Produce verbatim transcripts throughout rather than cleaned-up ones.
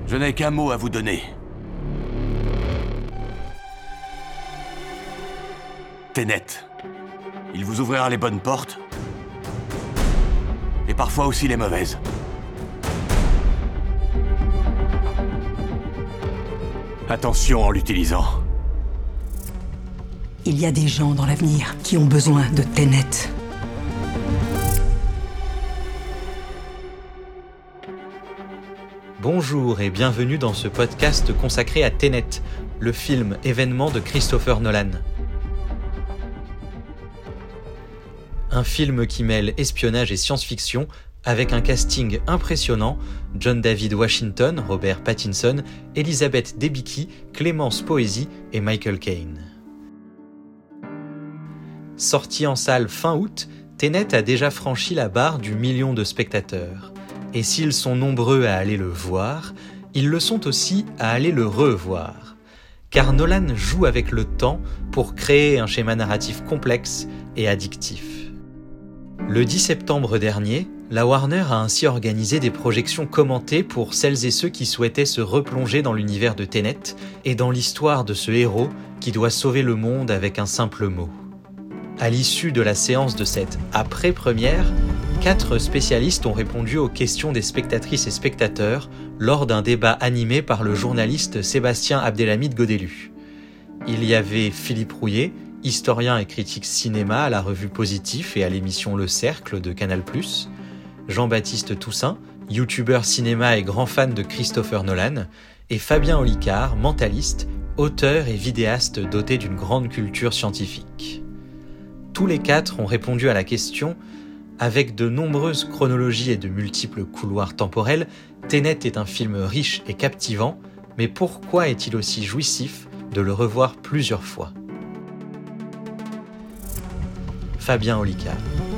Je n'ai qu'un mot à vous donner. Tenet. Il vous ouvrira les bonnes portes. Et parfois aussi les mauvaises. Attention en l'utilisant. Il y a des gens dans l'avenir qui ont besoin de Tenet. Bonjour et bienvenue dans ce podcast consacré à Tenet, le film événement de Christopher Nolan. Un film qui mêle espionnage et science-fiction avec un casting impressionnant, John David Washington, Robert Pattinson, Elizabeth Debicki, Clémence Poésy et Michael Caine. Sorti en salle fin août, Tenet a déjà franchi la barre du million de spectateurs. Et s'ils sont nombreux à aller le voir, ils le sont aussi à aller le revoir. Car Nolan joue avec le temps pour créer un schéma narratif complexe et addictif. Le dix septembre dernier, la Warner a ainsi organisé des projections commentées pour celles et ceux qui souhaitaient se replonger dans l'univers de Tenet et dans l'histoire de ce héros qui doit sauver le monde avec un simple mot. À l'issue de la séance de cette après-première, quatre spécialistes ont répondu aux questions des spectatrices et spectateurs lors d'un débat animé par le journaliste Sébastien Abdelhamid Godelu. Il y avait Philippe Rouillet, historien et critique cinéma à la revue Positif et à l'émission Le Cercle de Canal plus, Jean-Baptiste Toussaint, youtubeur cinéma et grand fan de Christopher Nolan, et Fabien Olicard, mentaliste, auteur et vidéaste doté d'une grande culture scientifique. Tous les quatre ont répondu à la question. Avec de nombreuses chronologies et de multiples couloirs temporels, Tenet est un film riche et captivant, mais pourquoi est-il aussi jouissif de le revoir plusieurs fois ? Fabien Olicard.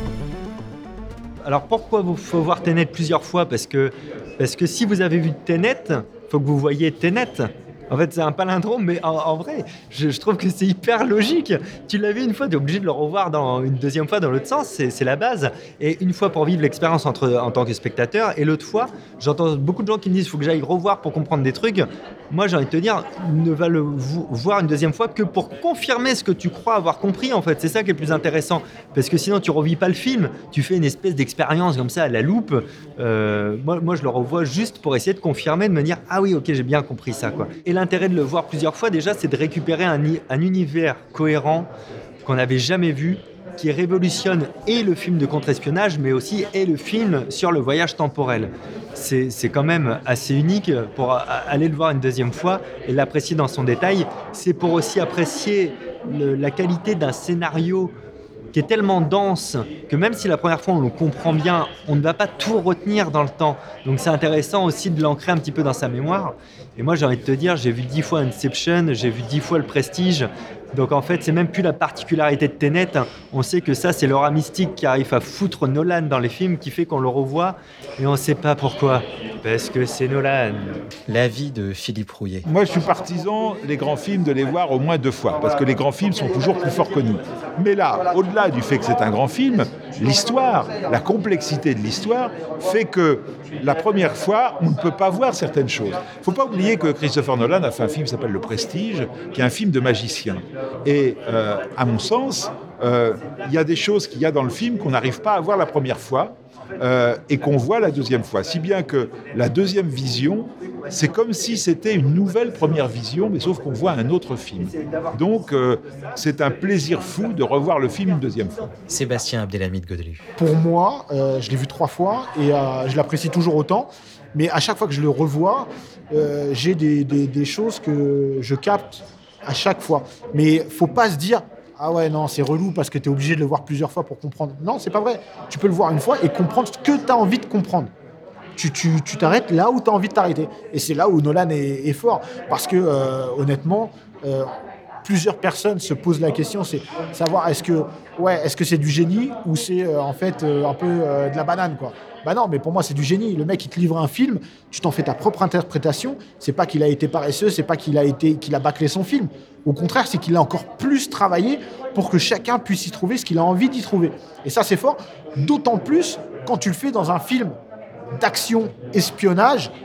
Alors pourquoi il faut voir Tenet plusieurs fois ? Parce que, parce que si vous avez vu Tenet, il faut que vous voyiez Tenet. En fait, c'est un palindrome, mais en, en vrai, je, je trouve que c'est hyper logique. Tu l'as vu une fois, tu es obligé de le revoir dans, une deuxième fois dans l'autre sens, c'est, c'est la base. Et une fois pour vivre l'expérience entre, en tant que spectateur, et l'autre fois, j'entends beaucoup de gens qui me disent qu'il faut que j'aille revoir pour comprendre des trucs. Moi, j'ai envie de te dire, ne va le voir une deuxième fois que pour confirmer ce que tu crois avoir compris, en fait. C'est ça qui est le plus intéressant. Parce que sinon, tu ne revis pas le film, tu fais une espèce d'expérience comme ça à la loupe. Euh, moi, moi, je le revois juste pour essayer de confirmer, de me dire « Ah oui, ok, j'ai bien compris ça. » quoi. Et l'intérêt de le voir plusieurs fois, déjà, c'est de récupérer un, un univers cohérent qu'on n'avait jamais vu, qui révolutionne et le film de contre-espionnage, mais aussi et le film sur le voyage temporel. C'est, c'est quand même assez unique pour aller le voir une deuxième fois et l'apprécier dans son détail. C'est pour aussi apprécier le, la qualité d'un scénario qui est tellement dense que même si la première fois on le comprend bien, on ne va pas tout retenir dans le temps. Donc c'est intéressant aussi de l'ancrer un petit peu dans sa mémoire. Et moi j'ai envie de te dire, j'ai vu dix fois Inception, j'ai vu dix fois Le Prestige. Donc en fait, c'est même plus la particularité de Tenet. On sait que ça, c'est l'aura mystique qui arrive à foutre Nolan dans les films qui fait qu'on le revoit et on ne sait pas pourquoi. Parce que c'est Nolan. L'avis de Philippe Rouillet. Moi, je suis partisan, les grands films, de les voir au moins deux fois. Parce que les grands films sont toujours plus forts que nous. Mais là, au-delà du fait que c'est un grand film, l'histoire, la complexité de l'histoire fait que la première fois, on ne peut pas voir certaines choses. Il ne faut pas oublier que Christopher Nolan a fait un film qui s'appelle Le Prestige, qui est un film de magicien. Et euh, à mon sens, euh, il y a des choses qu'il y a dans le film qu'on n'arrive pas à voir la première fois euh, et qu'on voit la deuxième fois. Si bien que la deuxième vision, c'est comme si c'était une nouvelle première vision, mais sauf qu'on voit un autre film. Donc, euh, c'est un plaisir fou de revoir le film une deuxième fois. Sébastien Abdelhamid Godelu. Pour moi, euh, je l'ai vu trois fois et euh, je l'apprécie toujours autant. Mais à chaque fois que je le revois, euh, j'ai des, des, des choses que je capte à chaque fois. Mais il ne faut pas se dire « Ah ouais, non, c'est relou parce que tu es obligé de le voir plusieurs fois pour comprendre. » Non, c'est pas vrai. Tu peux le voir une fois et comprendre ce que tu as envie de comprendre. Tu, tu, tu t'arrêtes là où tu as envie de t'arrêter. Et c'est là où Nolan est, est fort. Parce que, euh, honnêtement, euh, plusieurs personnes se posent la question, c'est savoir est-ce que, ouais, est-ce que c'est du génie ou c'est euh, en fait euh, un peu euh, de la banane, quoi. Bah non, mais pour moi, c'est du génie. Le mec, il te livre un film, tu t'en fais ta propre interprétation. C'est pas qu'il a été paresseux, c'est pas qu'il a, été, qu'il a bâclé son film. Au contraire, c'est qu'il a encore plus travaillé pour que chacun puisse y trouver ce qu'il a envie d'y trouver. Et ça, c'est fort. D'autant plus quand tu le fais dans un film d'action, espionnage,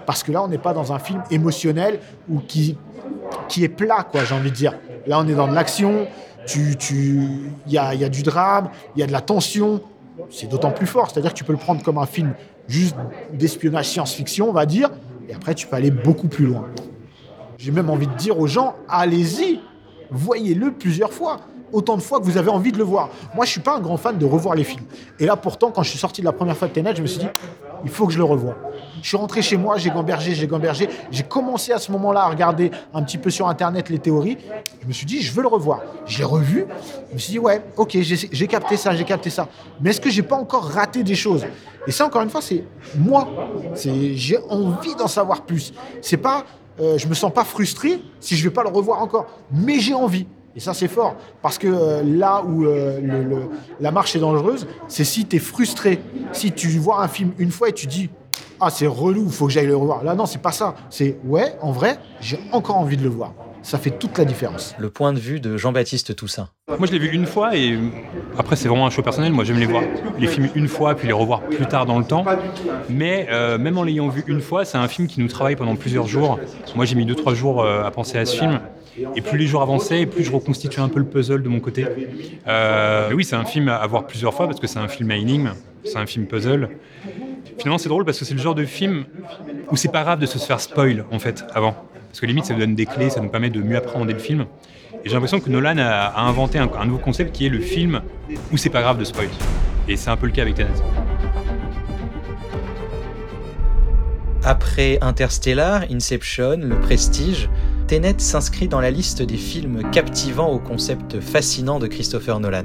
Parce que là, on n'est pas dans un film émotionnel ou qui, qui est plat, quoi, j'ai envie de dire. Là, on est dans de l'action, tu, tu, il y a, il y a du drame, il y a de la tension. C'est d'autant plus fort. C'est-à-dire que tu peux le prendre comme un film juste d'espionnage science-fiction, on va dire, et après, tu peux aller beaucoup plus loin. J'ai même envie de dire aux gens, allez-y, voyez-le plusieurs fois. Autant de fois que vous avez envie de le voir. Moi, je ne suis pas un grand fan de revoir les films. Et là, pourtant, quand je suis sorti de la première fois de Tenet, je me suis dit, il faut que je le revoie. Je suis rentré chez moi, j'ai gambergé, j'ai gambergé. J'ai commencé à ce moment-là à regarder un petit peu sur Internet les théories. Je me suis dit, je veux le revoir. Je l'ai revu. Je me suis dit, ouais, ok, j'ai, j'ai capté ça, j'ai capté ça. Mais est-ce que je n'ai pas encore raté des choses ? Et ça, encore une fois, c'est moi. C'est, j'ai envie d'en savoir plus. C'est pas, euh, je me sens pas frustré si je ne vais pas le revoir encore. Mais j'ai envie. Et ça, c'est fort. Parce que euh, là où euh, le, le, la marche est dangereuse, c'est si tu es frustré. Si tu vois un film une fois et tu dis « Ah, c'est relou, il faut que j'aille le revoir ». Là, non, c'est pas ça. C'est « Ouais, en vrai, j'ai encore envie de le voir ». Ça fait toute la différence. Le point de vue de Jean-Baptiste Toussaint. Moi, je l'ai vu une fois et après, c'est vraiment un choix personnel. Moi, j'aime les voir, les films une fois, puis les revoir plus tard dans le temps. Mais euh, même en l'ayant vu une fois, c'est un film qui nous travaille pendant plusieurs jours. Moi, j'ai mis deux, trois jours euh, à penser à ce film. Et plus les jours avançaient, plus je reconstituais un peu le puzzle de mon côté. Euh, mais oui, c'est un film à voir plusieurs fois parce que c'est un film à énigme, c'est un film puzzle. Finalement, c'est drôle parce que c'est le genre de film où c'est pas grave de se faire spoil, en fait, avant. Parce que limite, ça nous donne des clés, ça nous permet de mieux appréhender le film. Et j'ai l'impression que Nolan a, a inventé un, un nouveau concept qui est le film où c'est pas grave de spoil. Et c'est un peu le cas avec Tenet. Après Interstellar, Inception, Le Prestige, Tenet s'inscrit dans la liste des films captivants au concept fascinant de Christopher Nolan.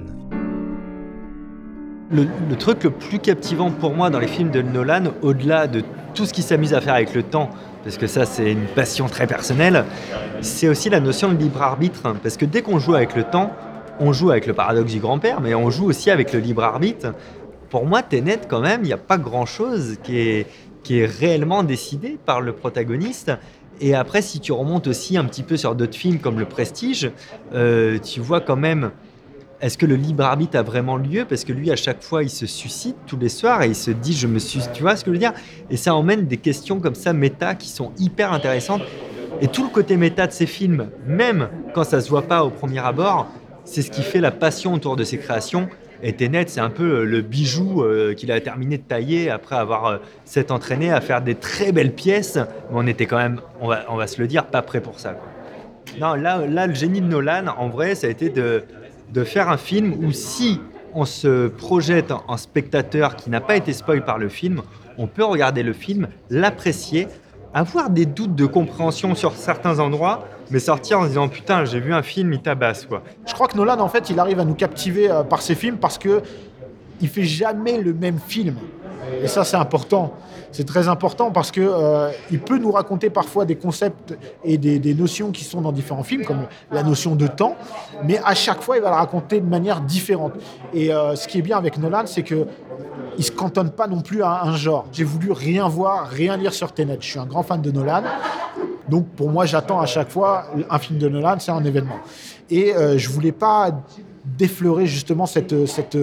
Le, le truc le plus captivant pour moi dans les films de Nolan, au-delà de tout ce qu'il s'amuse à faire avec le temps, parce que ça c'est une passion très personnelle, c'est aussi la notion de libre arbitre. Parce que dès qu'on joue avec le temps, on joue avec le paradoxe du grand-père, mais on joue aussi avec le libre arbitre. Pour moi, Tenet, quand même, il n'y a pas grand-chose qui est, qui est réellement décidé par le protagoniste. Et après, si tu remontes aussi un petit peu sur d'autres films comme Le Prestige, euh, tu vois quand même, est-ce que le libre arbitre a vraiment lieu ? Parce que lui, à chaque fois, il se suscite tous les soirs et il se dit, je me suis... Tu vois ce que je veux dire ? Et ça emmène des questions comme ça, méta, qui sont hyper intéressantes. Et tout le côté méta de ces films, même quand ça ne se voit pas au premier abord, c'est ce qui fait la passion autour de ces créations. Et Tenet, c'est un peu le bijou euh, qu'il a terminé de tailler après avoir euh, s'être entraîné à faire des très belles pièces. Mais on était quand même, on va, on va se le dire, pas prêt pour ça, quoi. Non, là, là, le génie de Nolan, en vrai, ça a été de, de faire un film où si on se projette en, en spectateur qui n'a pas été spoil par le film, on peut regarder le film, l'apprécier, avoir des doutes de compréhension sur certains endroits, mais sortir en se disant « Putain, j'ai vu un film, il tabasse, quoi ». Je crois que Nolan, en fait, il arrive à nous captiver euh, par ses films parce qu'il ne fait jamais le même film. Et ça, c'est important. C'est très important parce qu'il euh, peut nous raconter parfois des concepts et des, des notions qui sont dans différents films, comme la notion de temps, mais à chaque fois, il va le raconter de manière différente. Et euh, ce qui est bien avec Nolan, c'est qu'il ne se cantonne pas non plus à un genre. J'ai voulu rien voir, rien lire sur Tenet. Je suis un grand fan de Nolan. Donc, pour moi, j'attends à chaque fois un film de Nolan, c'est un événement. Et euh, je ne voulais pas défleurer justement cette, cette,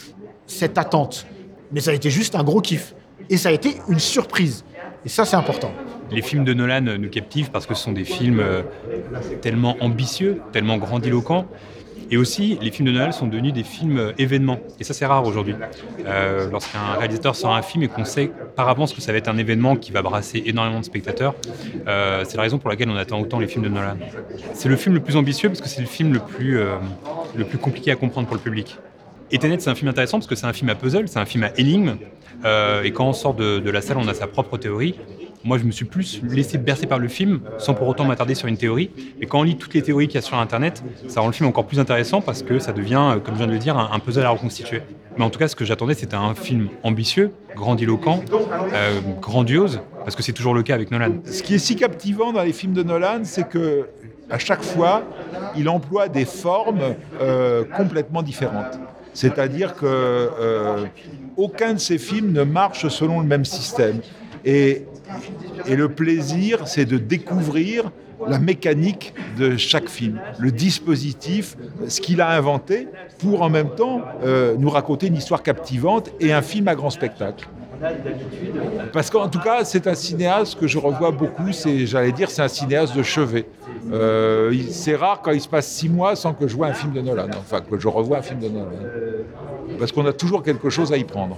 cette attente. Mais ça a été juste un gros kiff. Et ça a été une surprise. Et ça, c'est important. Les films de Nolan nous captivent parce que ce sont des films tellement ambitieux, tellement grandiloquents. Et aussi, les films de Nolan sont devenus des films événements. Et ça, c'est rare aujourd'hui. Euh, lorsqu'un réalisateur sort un film et qu'on sait par avance que ça va être un événement qui va brasser énormément de spectateurs, euh, c'est la raison pour laquelle on attend autant les films de Nolan. C'est le film le plus ambitieux parce que c'est le film le plus, euh, le plus compliqué à comprendre pour le public. Et Tenet, c'est un film intéressant parce que c'est un film à puzzle, c'est un film à énigme. Euh, et quand on sort de, de la salle, on a sa propre théorie. Moi, je me suis plus laissé bercer par le film, sans pour autant m'attarder sur une théorie. Mais quand on lit toutes les théories qu'il y a sur Internet, ça rend le film encore plus intéressant parce que ça devient, comme je viens de le dire, un, un puzzle à reconstituer. Mais en tout cas, ce que j'attendais, c'était un film ambitieux, grandiloquent, euh, grandiose, parce que c'est toujours le cas avec Nolan. Ce qui est si captivant dans les films de Nolan, c'est que à chaque fois, il emploie des formes euh, complètement différentes. C'est-à-dire que euh, aucun de ces films ne marche selon le même système. Et, et le plaisir, c'est de découvrir la mécanique de chaque film, le dispositif, ce qu'il a inventé pour en même temps euh, nous raconter une histoire captivante et un film à grand spectacle. Parce qu'en tout cas, c'est un cinéaste que je revois beaucoup. C'est, j'allais dire, c'est un cinéaste de chevet. Euh, il- c'est rare quand il se passe six mois sans que je vois un film de Nolan. Enfin, que je revois un film de Nolan. Parce qu'on a toujours quelque chose à y prendre.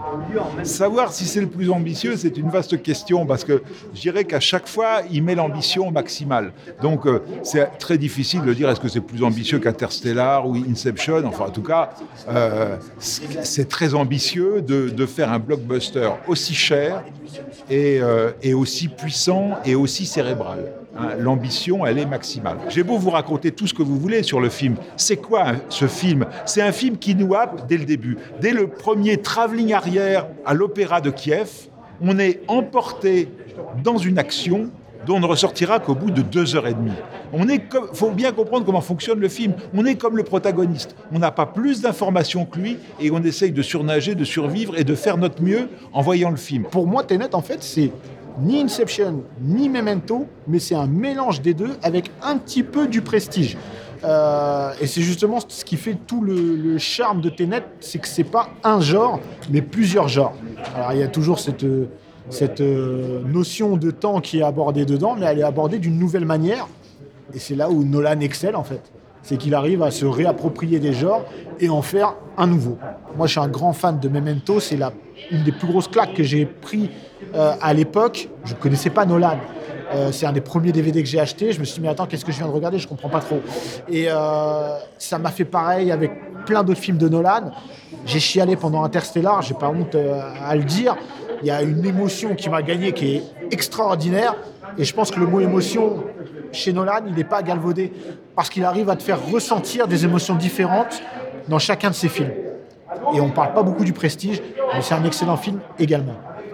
Savoir si c'est le plus ambitieux, c'est une vaste question, parce que je dirais qu'à chaque fois, il met l'ambition maximale. Donc, euh, c'est très difficile de dire est-ce que c'est plus ambitieux qu'Interstellar ou Inception. Enfin, en tout cas, euh, c'est c'est très ambitieux de, de faire un blockbuster aussi cher et, euh, et aussi puissant et aussi cérébral. Hein, l'ambition, elle est maximale. J'ai beau vous raconter tout ce que vous voulez sur le film. C'est quoi hein, ce film ? C'est un film qui nous happe dès le début. Dès le premier travelling arrière à l'Opéra de Kiev, on est emporté dans une action dont on ne ressortira qu'au bout de deux heures et demie. On est comme, faut bien comprendre comment fonctionne le film. On est comme le protagoniste. On n'a pas plus d'informations que lui et on essaye de surnager, de survivre et de faire notre mieux en voyant le film. Pour moi, Tenet, en fait, c'est ni Inception, ni Memento, mais c'est un mélange des deux avec un petit peu du Prestige. Euh, et c'est justement ce qui fait tout le, le charme de Tenet, c'est que c'est pas un genre, mais plusieurs genres. Alors il y a toujours cette, cette euh, notion de temps qui est abordée dedans, mais elle est abordée d'une nouvelle manière. Et c'est là où Nolan excelle en fait. C'est qu'il arrive à se réapproprier des genres et en faire un nouveau. Moi, je suis un grand fan de Memento. C'est la, une des plus grosses claques que j'ai pris euh, à l'époque. Je ne connaissais pas Nolan. Euh, c'est un des premiers D V D que j'ai acheté. Je me suis dit, mais attends, qu'est-ce que je viens de regarder ? Je ne comprends pas trop. Et euh, ça m'a fait pareil avec plein d'autres films de Nolan. J'ai chialé pendant Interstellar. Je n'ai pas honte euh, à le dire. Il y a une émotion qui m'a gagné qui est extraordinaire. Et je pense que le mot émotion, chez Nolan, il n'est pas galvaudé parce qu'il arrive à te faire ressentir des émotions différentes dans chacun de ses films. Et on ne parle pas beaucoup du Prestige, mais c'est un excellent film également.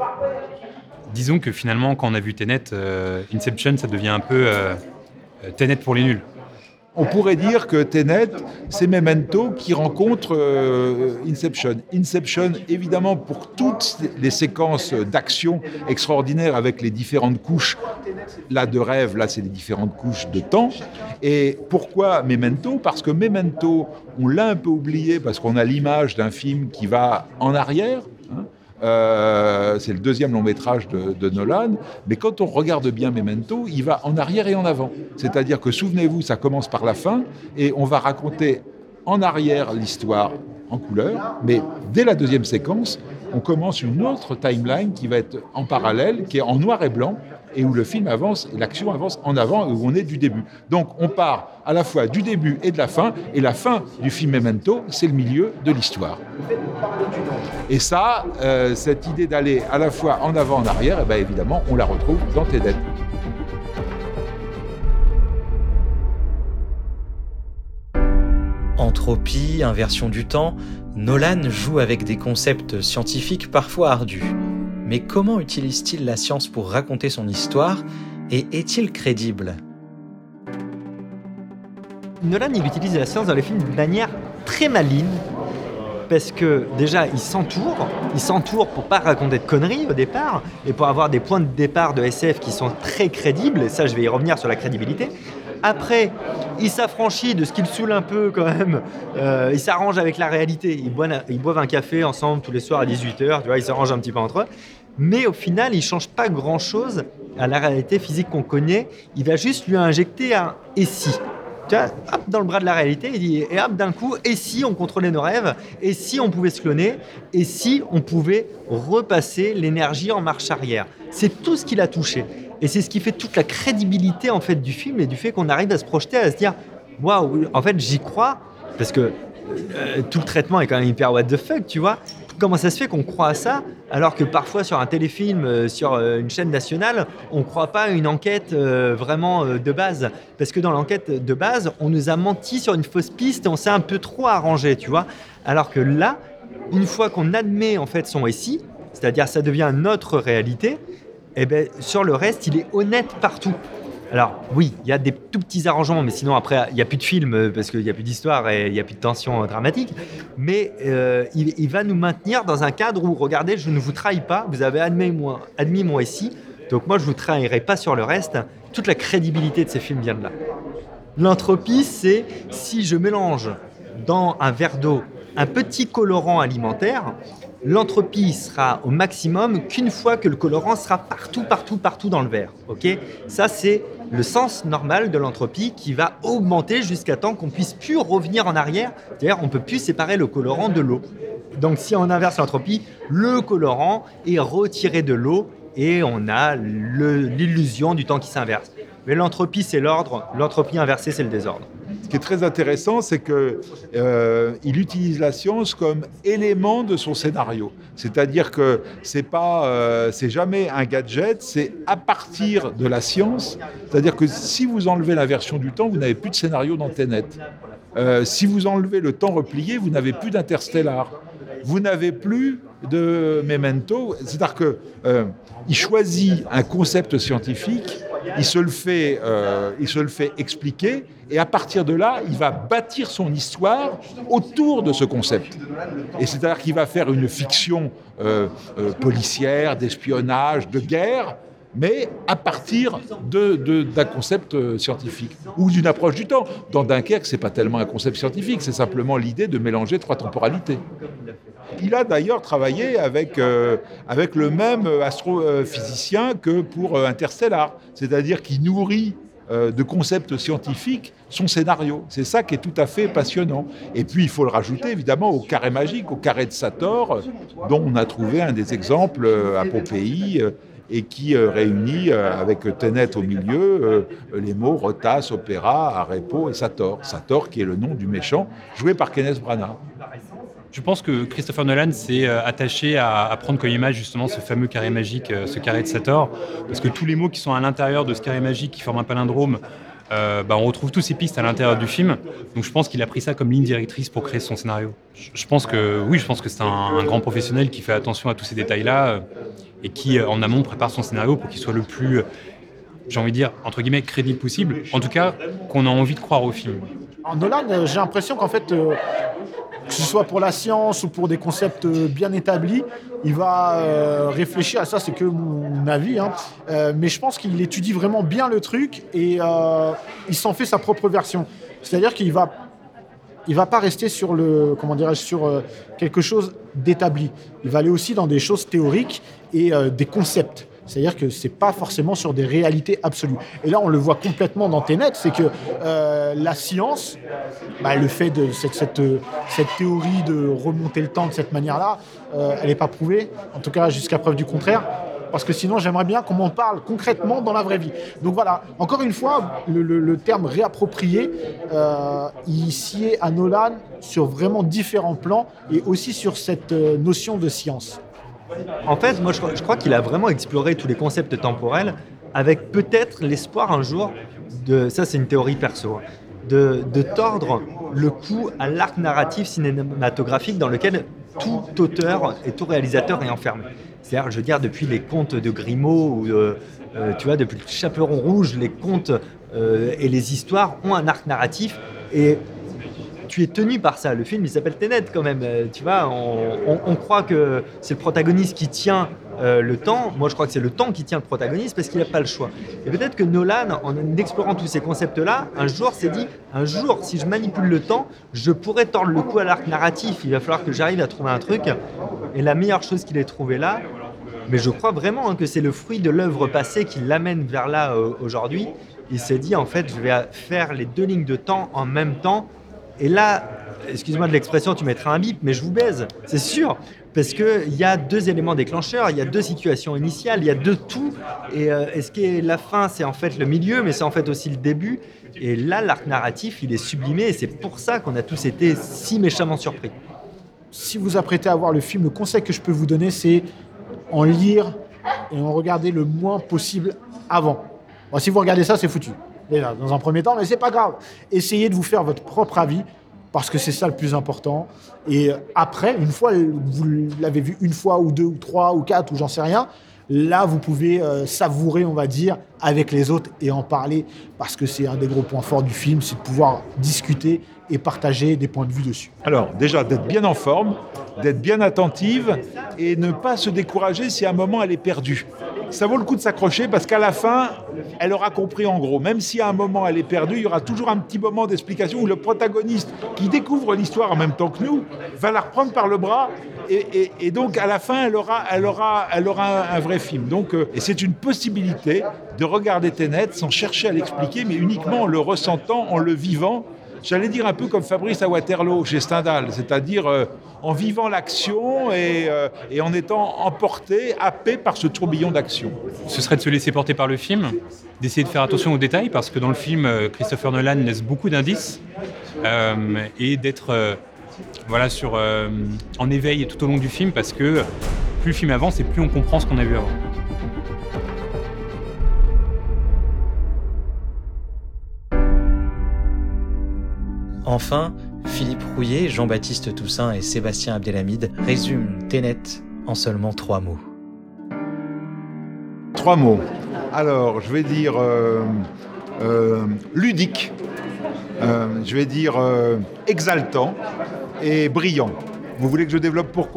Disons que finalement, quand on a vu Tenet, euh, Inception, ça devient un peu euh, Tenet pour les nuls. On pourrait dire que Tenet, c'est Memento qui rencontre euh, Inception. Inception, évidemment, pour toutes les séquences d'action extraordinaires avec les différentes couches, là de rêve, là c'est les différentes couches de temps. Et pourquoi Memento ? Parce que Memento, on l'a un peu oublié parce qu'on a l'image d'un film qui va en arrière. Hein. Euh, c'est le deuxième long métrage de, de Nolan, mais quand on regarde bien Memento, il va en arrière et en avant. C'est-à-dire que, souvenez-vous, ça commence par la fin, et on va raconter en arrière l'histoire en couleur, mais dès la deuxième séquence, on commence une autre timeline qui va être en parallèle, qui est en noir et blanc, et où le film avance, et l'action avance en avant, où on est du début. Donc on part à la fois du début et de la fin, et la fin du film Memento, c'est le milieu de l'histoire. Et ça, euh, cette idée d'aller à la fois en avant, en arrière, eh bien, évidemment, on la retrouve dans Tenet. Entropie, inversion du temps, Nolan joue avec des concepts scientifiques parfois ardus. Mais comment utilise-t-il la science pour raconter son histoire et est-il crédible ? Nolan, il utilise la science dans les films d'une manière très maligne, parce que déjà, il s'entoure, il s'entoure pour pas raconter de conneries au départ, et pour avoir des points de départ de S F qui sont très crédibles, et ça, je vais y revenir sur la crédibilité. Après, il s'affranchit de ce qui le saoule un peu quand même. Euh, il s'arrange avec la réalité. Ils boivent, ils boivent un café ensemble tous les soirs à dix-huit heures. Tu vois, ils s'arrangent un petit peu entre eux. Mais au final, il ne change pas grand-chose à la réalité physique qu'on connaît. Il va juste lui injecter un « et si ». Tu vois, hop, dans le bras de la réalité, il dit, et hop, d'un coup, et si on contrôlait nos rêves, et si on pouvait se cloner, et si on pouvait repasser l'énergie en marche arrière. C'est tout ce qu'il a touché. Et c'est ce qui fait toute la crédibilité en fait, du film et du fait qu'on arrive à se projeter, à se dire « Waouh, en fait, j'y crois », parce que euh, tout le traitement est quand même hyper what the fuck, tu vois. Comment ça se fait qu'on croit à ça, alors que parfois sur un téléfilm, euh, sur euh, une chaîne nationale, on ne croit pas à une enquête euh, vraiment euh, de base. Parce que dans l'enquête de base, on nous a menti sur une fausse piste et on s'est un peu trop arrangé, tu vois. Alors que là, une fois qu'on admet en fait son récit, c'est-à-dire ça devient notre réalité, eh ben, sur le reste, il est honnête partout. Alors oui, il y a des tout petits arrangements, mais sinon après, il n'y a plus de film parce qu'il n'y a plus d'histoire et il n'y a plus de tension dramatique. Mais euh, il, il va nous maintenir dans un cadre où, regardez, je ne vous trahis pas, vous avez admis, moi, admis mon récit, donc moi je ne vous trahirai pas sur le reste. Toute la crédibilité de ces films vient de là. L'entropie, c'est si je mélange dans un verre d'eau un petit colorant alimentaire l'entropie sera au maximum qu'une fois que le colorant sera partout, partout, partout dans le verre. Okay ? Ça, c'est le sens normal de l'entropie qui va augmenter jusqu'à temps qu'on puisse plus revenir en arrière. C'est-à-dire on ne peut plus séparer le colorant de l'eau. Donc si on inverse l'entropie, le colorant est retiré de l'eau et on a le, l'illusion du temps qui s'inverse. Mais l'entropie, c'est l'ordre. L'entropie inversée, c'est le désordre. Ce qui est très intéressant, c'est qu'il euh, utilise la science comme élément de son scénario. C'est-à-dire que c'est pas, euh, c'est jamais un gadget, c'est à partir de la science. C'est-à-dire que si vous enlevez l'inversion du temps, vous n'avez plus de scénario dans Tenet. Euh, si vous enlevez le temps replié, vous n'avez plus d'Interstellar. Vous n'avez plus de Memento. C'est-à-dire qu'il euh, choisit un concept scientifique, il se le fait, euh, il se le fait expliquer, et à partir de là, il va bâtir son histoire autour de ce concept. Et c'est-à-dire qu'il va faire une fiction euh, euh, policière, d'espionnage, de guerre, mais à partir de, de, d'un concept scientifique ou d'une approche du temps. Dans Dunkerque, ce n'est pas tellement un concept scientifique, c'est simplement l'idée de mélanger trois temporalités. Il a d'ailleurs travaillé avec, euh, avec le même astrophysicien que pour euh, Interstellar, c'est-à-dire qu'il nourrit euh, de concepts scientifiques son scénario. C'est ça qui est tout à fait passionnant. Et puis, il faut le rajouter évidemment au carré magique, au carré de Sator, dont on a trouvé un des exemples à Pompéi, euh, et qui euh, réunit, euh, avec Tenet au milieu, euh, les mots Rotas, Opéra, Arepo et Sator. Sator qui est le nom du méchant, joué par Kenneth Branagh. Je pense que Christopher Nolan s'est attaché à, à prendre comme image justement ce fameux carré magique, ce carré de Sator, parce que tous les mots qui sont à l'intérieur de ce carré magique qui forment un palindrome, euh, bah on retrouve tous ces pistes à l'intérieur du film. Donc je pense qu'il a pris ça comme ligne directrice pour créer son scénario. Je, je pense que oui, je pense que c'est un, un grand professionnel qui fait attention à tous ces détails-là euh, et qui en amont prépare son scénario pour qu'il soit le plus, euh, j'ai envie de dire entre guillemets crédible possible. En tout cas, qu'on a envie de croire au film. En Nolan, j'ai l'impression qu'en fait, euh, que ce soit pour la science ou pour des concepts bien établis, il va euh, réfléchir à ça, c'est que mon avis, hein, euh, mais je pense qu'il étudie vraiment bien le truc et euh, il s'en fait sa propre version. C'est-à-dire qu'il va, il va pas rester sur le, comment dirais-je, sur euh, quelque chose d'établi. Il va aller aussi dans des choses théoriques et euh, des concepts. C'est-à-dire que c'est pas forcément sur des réalités absolues. Et là, on le voit complètement dans Tenet, c'est que euh, la science, bah, le fait de cette, cette, cette théorie de remonter le temps de cette manière-là, euh, elle n'est pas prouvée, en tout cas jusqu'à preuve du contraire, parce que sinon, j'aimerais bien qu'on m'en parle concrètement dans la vraie vie. Donc voilà, encore une fois, le, le, le terme réapproprié, euh, il sied à Nolan sur vraiment différents plans et aussi sur cette euh, notion de science. En fait, moi, je, je crois qu'il a vraiment exploré tous les concepts temporels avec peut-être l'espoir un jour, de, ça c'est une théorie perso, de, de tordre le cou à l'arc narratif cinématographique dans lequel tout auteur et tout réalisateur est enfermé. C'est-à-dire, je veux dire, depuis les contes de Grimaud, ou, euh, euh, tu vois, depuis le Chaperon Rouge, les contes euh, et les histoires ont un arc narratif et tu es tenu par ça. Le film, il s'appelle Tenet quand même. Euh, tu vois, on, on, on croit que c'est le protagoniste qui tient euh, le temps. Moi, je crois que c'est le temps qui tient le protagoniste parce qu'il n'a pas le choix. Et peut-être que Nolan, en explorant tous ces concepts-là, un jour s'est dit, un jour, si je manipule le temps, je pourrais tordre le cou à l'arc narratif. Il va falloir que j'arrive à trouver un truc. Et la meilleure chose qu'il ait trouvé là, mais je crois vraiment hein, que c'est le fruit de l'œuvre passée qui l'amène vers là euh, aujourd'hui. Il s'est dit, en fait, je vais faire les deux lignes de temps en même temps. Et là, excuse-moi de l'expression, tu mettras un bip, mais je vous baise, c'est sûr. Parce qu'il y a deux éléments déclencheurs, il y a deux situations initiales, il y a deux tout. Et, euh, et ce qui est la fin, c'est en fait le milieu, mais c'est en fait aussi le début. Et là, l'arc narratif, il est sublimé. Et c'est pour ça qu'on a tous été si méchamment surpris. Si vous apprêtez à voir le film, le conseil que je peux vous donner, c'est en lire et en regarder le moins possible avant. Bon, si vous regardez ça, c'est foutu. Déjà, dans un premier temps, mais c'est pas grave. Essayez de vous faire votre propre avis, parce que c'est ça le plus important. Et après, une fois, vous l'avez vu une fois, ou deux, ou trois, ou quatre, ou j'en sais rien, là, vous pouvez euh, savourer, on va dire, avec les autres et en parler, parce que c'est un des gros points forts du film, c'est de pouvoir discuter et partager des points de vue dessus. Alors, déjà, d'être bien en forme, d'être bien attentive et ne pas se décourager si à un moment elle est perdue. Ça vaut le coup de s'accrocher parce qu'à la fin, elle aura compris en gros. Même si à un moment elle est perdue, il y aura toujours un petit moment d'explication où le protagoniste, qui découvre l'histoire en même temps que nous, va la reprendre par le bras Et, et, et donc, à la fin, elle aura, elle aura, elle aura un, un vrai film. Donc, euh, et c'est une possibilité de regarder Tenet sans chercher à l'expliquer, mais uniquement en le ressentant, en le vivant. J'allais dire un peu comme Fabrice à Waterloo chez Stendhal, c'est-à-dire euh, en vivant l'action et, euh, et en étant emporté, happé par ce tourbillon d'action. Ce serait de se laisser porter par le film, d'essayer de faire attention aux détails, parce que dans le film, Christopher Nolan laisse beaucoup d'indices, euh, et d'être euh, voilà, sur, euh, en éveil tout au long du film, parce que plus le film avance et plus on comprend ce qu'on a vu avant. Enfin, Philippe Rouillet, Jean-Baptiste Toussaint et Sébastien Abdelhamid résument Tenet en seulement trois mots. Trois mots. Alors, je vais dire euh, euh, ludique, euh, je vais dire euh, exaltant et brillant. Vous voulez que je développe pourquoi ?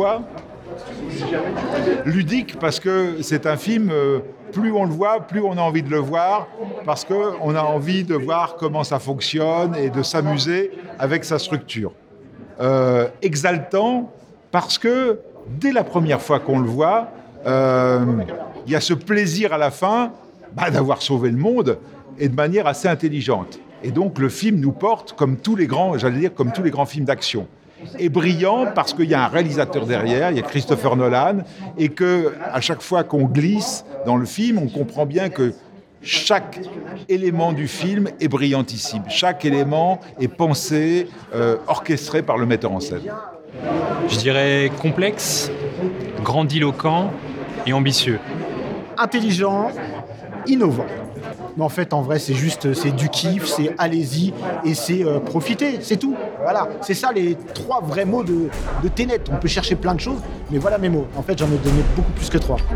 Ludique parce que c'est un film, euh, plus on le voit, plus on a envie de le voir, parce qu'on a envie de voir comment ça fonctionne et de s'amuser avec sa structure. Euh, exaltant parce que dès la première fois qu'on le voit, euh, il y a ce plaisir à la fin bah, d'avoir sauvé le monde et de manière assez intelligente. Et donc le film nous porte comme tous les grands, j'allais dire comme tous les grands films d'action. Et brillant parce qu'il y a un réalisateur derrière, il y a Christopher Nolan, et que à chaque fois qu'on glisse dans le film, on comprend bien que chaque élément du film est brillantissime. Chaque élément est pensé, euh, orchestré par le metteur en scène. Je dirais complexe, grandiloquent et ambitieux. Intelligent, innovant. Mais en fait, en vrai, c'est juste, c'est du kiff, c'est allez-y et c'est euh, profiter, c'est tout. Voilà, c'est ça les trois vrais mots de, de Tenet. On peut chercher plein de choses, mais voilà mes mots. En fait, j'en ai donné beaucoup plus que trois.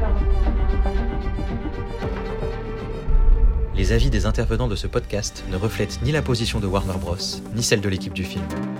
Les avis des intervenants de ce podcast ne reflètent ni la position de Warner Bros, ni celle de l'équipe du film.